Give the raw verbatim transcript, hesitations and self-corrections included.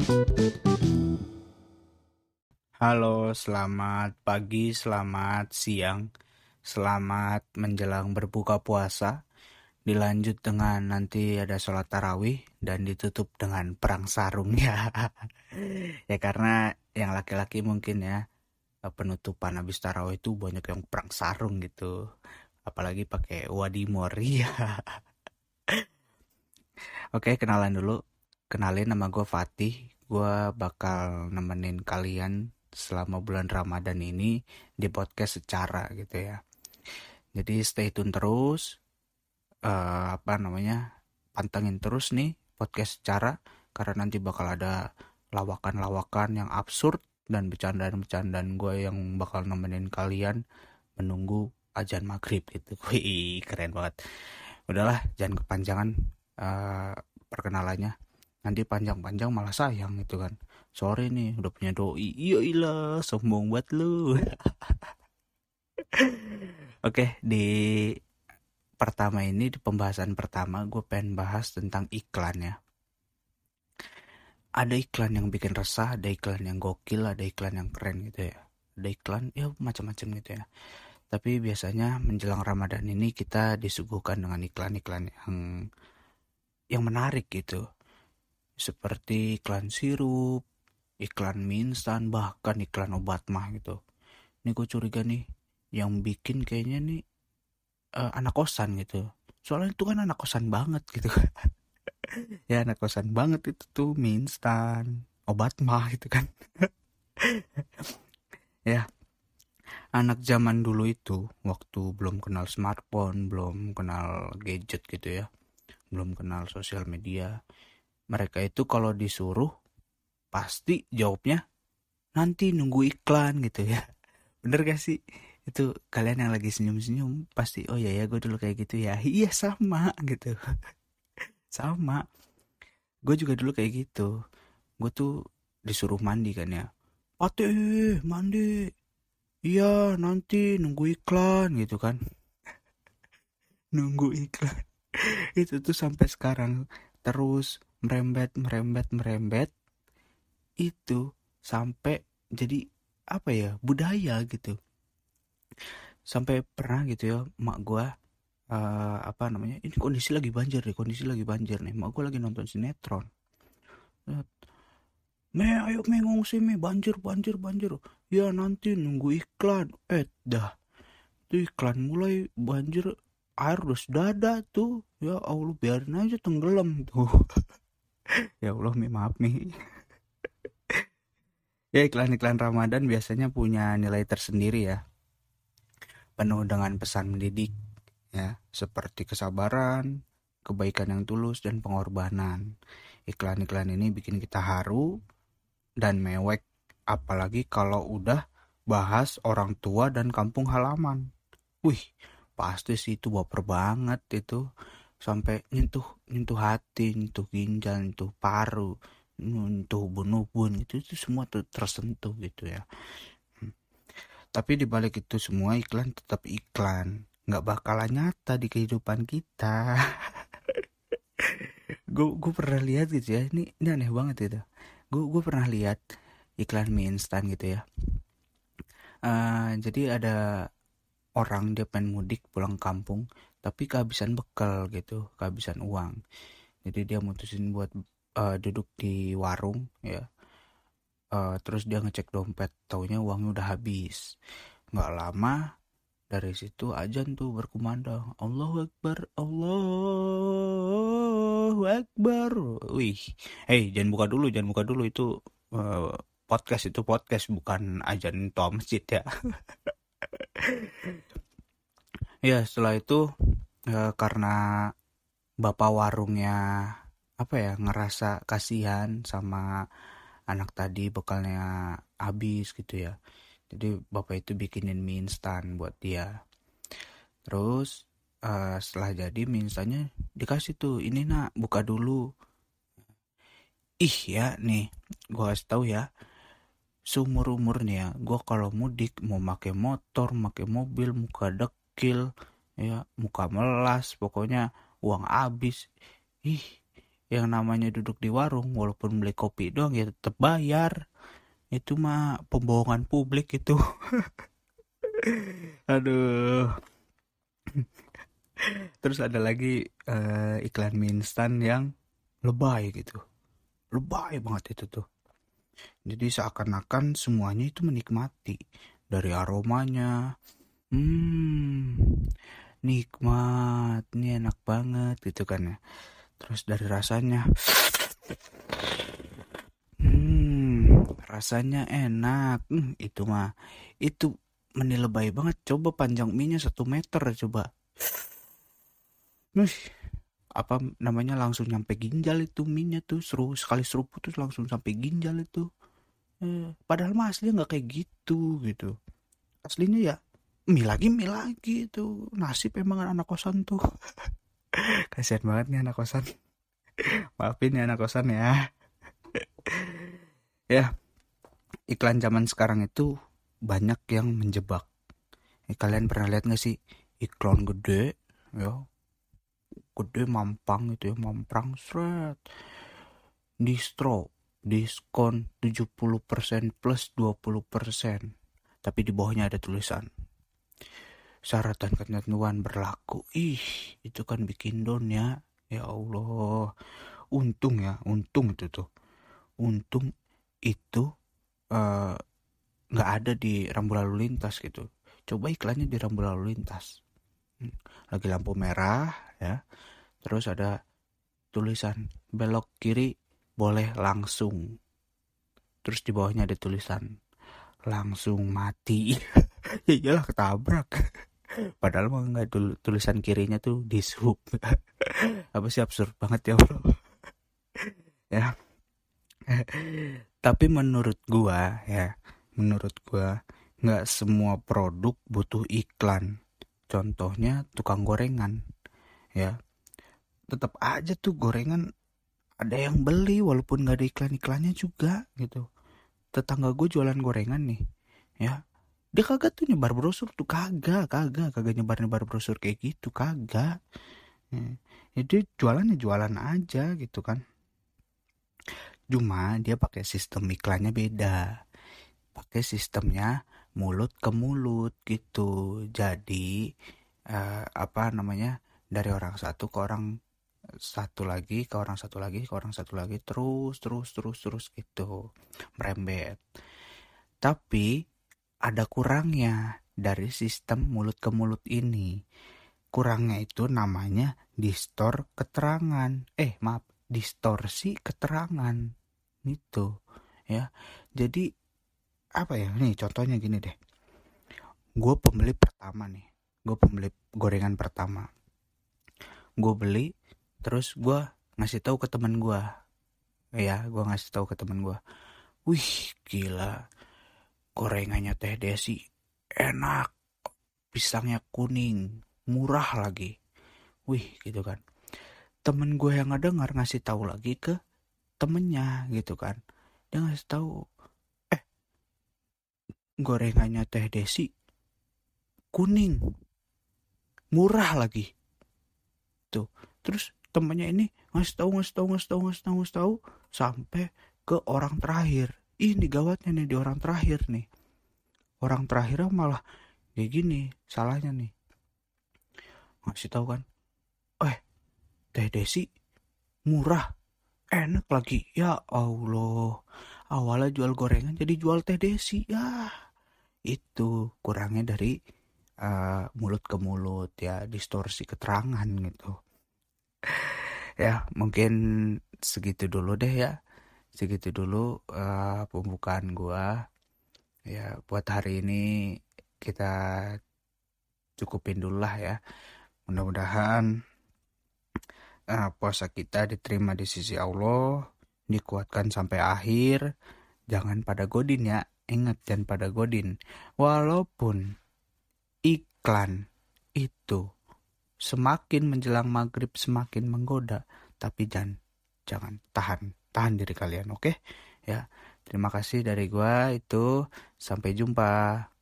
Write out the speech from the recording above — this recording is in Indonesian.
Halo, selamat pagi, selamat siang, selamat menjelang berbuka puasa. Dilanjut dengan nanti ada sholat tarawih dan ditutup dengan perang sarung ya. Ya karena yang laki-laki mungkin ya penutupan habis tarawih itu banyak yang perang sarung gitu. Apalagi pakai wadimor ya. Oke, kenalan dulu. Kenalin, nama gue Fatih. Gue bakal nemenin kalian selama bulan Ramadan ini di podcast secara gitu ya. Jadi stay tune terus, eh, apa namanya, pantengin terus nih podcast secara, karena nanti bakal ada lawakan-lawakan yang absurd dan bercandaan-bercandaan gue yang bakal nemenin kalian menunggu azan maghrib gitu. Wih, keren banget. Udahlah, jangan kepanjangan eh, perkenalannya. Nanti panjang-panjang malah sayang gitu kan. Sorry nih, udah punya doi. Iya ilah, sombong buat lu. Oke, di pertama ini, di pembahasan pertama, gue pengen bahas tentang iklan ya. Ada iklan yang bikin resah, ada iklan yang gokil, ada iklan yang keren gitu ya. Ada iklan, ya macam-macam gitu ya. Tapi biasanya menjelang Ramadan ini kita disuguhkan dengan iklan-iklan yang yang menarik gitu. Seperti iklan sirup, iklan mie instan, bahkan iklan obat mah gitu. Ini gue curiga nih, yang bikin kayaknya nih uh, anak kosan gitu. Soalnya itu kan anak kosan banget gitu. Ya anak kosan banget itu tuh mie instan, obat mah gitu kan. Ya, anak zaman dulu itu waktu belum kenal smartphone, belum kenal gadget gitu ya, belum kenal sosial media. Mereka itu kalau disuruh pasti jawabnya nanti nunggu iklan gitu ya. Bener gak sih? Itu kalian yang lagi senyum-senyum pasti oh ya ya gue dulu kayak gitu ya. Iya sama gitu. Sama. Gue juga dulu kayak gitu. Gue tuh disuruh mandi kan ya. Patih mandi. Iya nanti nunggu iklan gitu kan. Nunggu iklan. Itu tuh sampai sekarang terus merembet merembet merembet. Itu sampai jadi apa ya, budaya gitu. Sampai pernah gitu ya mak gue uh, apa namanya, ini kondisi lagi banjir nih kondisi lagi banjir nih mak gue lagi nonton sinetron. Me ayo me ngungsi me, banjir banjir banjir. Ya nanti nunggu iklan. Eh dah tuh iklan mulai banjir, air udah sedada tuh. Ya Allah biarin aja tenggelam tuh. Ya Allah mi maaf mi. Ya iklan-iklan Ramadan biasanya punya nilai tersendiri ya, penuh dengan pesan mendidik ya, seperti kesabaran, kebaikan yang tulus, dan pengorbanan. Iklan-iklan ini bikin kita haru dan mewek, apalagi kalau udah bahas orang tua dan kampung halaman. Wih, pasti sih itu baper banget itu, sampai nyentuh nyentuh hati, nyentuh ginjal, nyentuh paru, nyentuh ubun-ubun, itu itu semua tuh tersentuh gitu ya. Hmm. Tapi dibalik itu semua iklan tetap iklan, nggak bakalan nyata di kehidupan kita. gue gue pernah lihat gitu ya, ini ini aneh banget gitu. Gue gue pernah lihat iklan mie instan gitu ya. Uh, jadi ada orang dia pengen mudik pulang kampung, tapi kehabisan bekal gitu, kehabisan uang. Jadi dia mutusin buat uh, duduk di warung ya. Uh, terus dia ngecek dompet, taunya uangnya udah habis. Nggak lama dari situ ajan tuh berkumandang, Allahu Akbar, Allahu Akbar. Wih, hey jangan buka dulu, jangan buka dulu itu uh, podcast itu podcast bukan ajan toa masjid ya. Ya setelah itu uh, karena bapak warungnya apa ya, ngerasa kasihan sama anak tadi bekalnya habis gitu ya. Jadi bapak itu bikinin mie instan buat dia. Terus uh, setelah jadi mie instannya dikasih tuh, ini nak buka dulu. Ih ya nih, gue kasih tahu ya, seumur umur nih ya, gue kalau mudik mau pakai motor, pakai mobil, muka dekil, ya muka melas, pokoknya uang habis. Ih Yang namanya duduk di warung, walaupun beli kopi doang ya tetap bayar. Itu mah pembohongan publik itu. Aduh. Terus ada lagi eh, iklan mie instan yang lebay gitu. Lebay banget itu tuh. Jadi seakan-akan semuanya itu menikmati. Dari aromanya, hmm, nikmat, ini enak banget gitu kan ya. Terus dari rasanya, hmm, rasanya enak. Hmm, itu mah, itu menilai banget. Coba panjang mie-nya satu meter coba. Wih, apa namanya langsung nyampe ginjal itu mie-nya tuh. Seru sekali seruput tuh langsung sampai ginjal itu. Eh, padahal mah aslinya nggak kayak gitu gitu. Aslinya ya mie lagi mie lagi itu. Nasib emang anak kosan tuh. Kasian banget nih anak kosan. Maafin ya anak kosan ya. Ya, iklan zaman sekarang itu banyak yang menjebak. Eh, kalian pernah lihat nggak sih iklan gede, ya, gede mampang itu ya, mamprang seret. Distro, diskon tujuh puluh persen plus dua puluh persen. Tapi di bawahnya ada tulisan syarat dan ketentuan berlaku. Ih, itu kan bikin down ya. Ya Allah. Untung ya, untung itu tuh. Untung itu eh, nggak ada di rambu lalu lintas gitu. Coba iklannya di rambu lalu lintas. Hmm, lagi lampu merah ya. Terus ada tulisan belok kiri boleh langsung. Terus di bawahnya ada tulisan langsung mati. Ya iyalah ketabrak. Padahal mah nggak tulisan kirinya tuh di sub. Apa sih absurd banget ya bro. Ya. Tapi menurut gua ya, menurut gua nggak semua produk butuh iklan. Contohnya tukang gorengan, ya. Tetap aja tuh gorengan ada yang beli walaupun nggak ada iklan-iklannya juga gitu. Tetangga gue jualan gorengan nih, ya. Dia kagak tuh nyebar brosur tuh kagak, kagak, kagak nyebar-nyebar brosur kayak gitu, kagak. Ya. Jadi jualannya jualan aja gitu kan. Cuma dia pakai sistem iklannya beda. Pakai sistemnya mulut ke mulut gitu. Jadi eh, apa namanya? Dari orang satu ke orang satu lagi ke orang satu lagi ke orang satu lagi terus terus terus terus gitu. Merembet. Tapi ada kurangnya dari sistem mulut ke mulut ini. Kurangnya itu namanya distor keterangan. Eh, maaf, distorsi keterangan. Gitu, ya. Jadi apa ya? Nih contohnya gini deh. Gue pembeli pertama nih. Gue pembeli gorengan pertama. Gue beli, terus gue ngasih tahu ke teman gue. Ya, gue ngasih tahu ke teman gue. Wih, gila. Gorengannya Teh Desi enak. Pisangnya kuning, murah lagi. Wih, gitu kan. Temen gue yang ngedengar ngasih tahu lagi ke temennya gitu kan. Dia ngasih tahu, eh gorengannya Teh Desi kuning, murah lagi. Tuh. Terus temennya ini ngasih tahu ngasih tahu ngasih tahu ngasih tahu ngasih tahu sampai ke orang terakhir. Ini gawatnya nih di orang terakhir nih. Orang terakhirnya malah kayak gini, salahnya nih. Ngasih tahu kan, eh Teh Desi murah, enak lagi. Ya Allah, awalnya jual gorengan jadi jual Teh Desi. Ya, itu kurangnya dari uh, mulut ke mulut ya, distorsi keterangan gitu. Ya, mungkin segitu dulu deh ya. Segitu dulu uh, pembukaan gua. Ya, buat hari ini kita cukupin dulu lah ya. Mudah-mudahan uh, puasa kita diterima di sisi Allah, dikuatkan sampai akhir. Jangan pada godin ya. Ingat, jangan pada godin. Walaupun iklan itu semakin menjelang maghrib semakin menggoda, tapi jangan jangan tahan tahan diri kalian, oke? Okay? Ya, terima kasih dari gua itu. Sampai jumpa.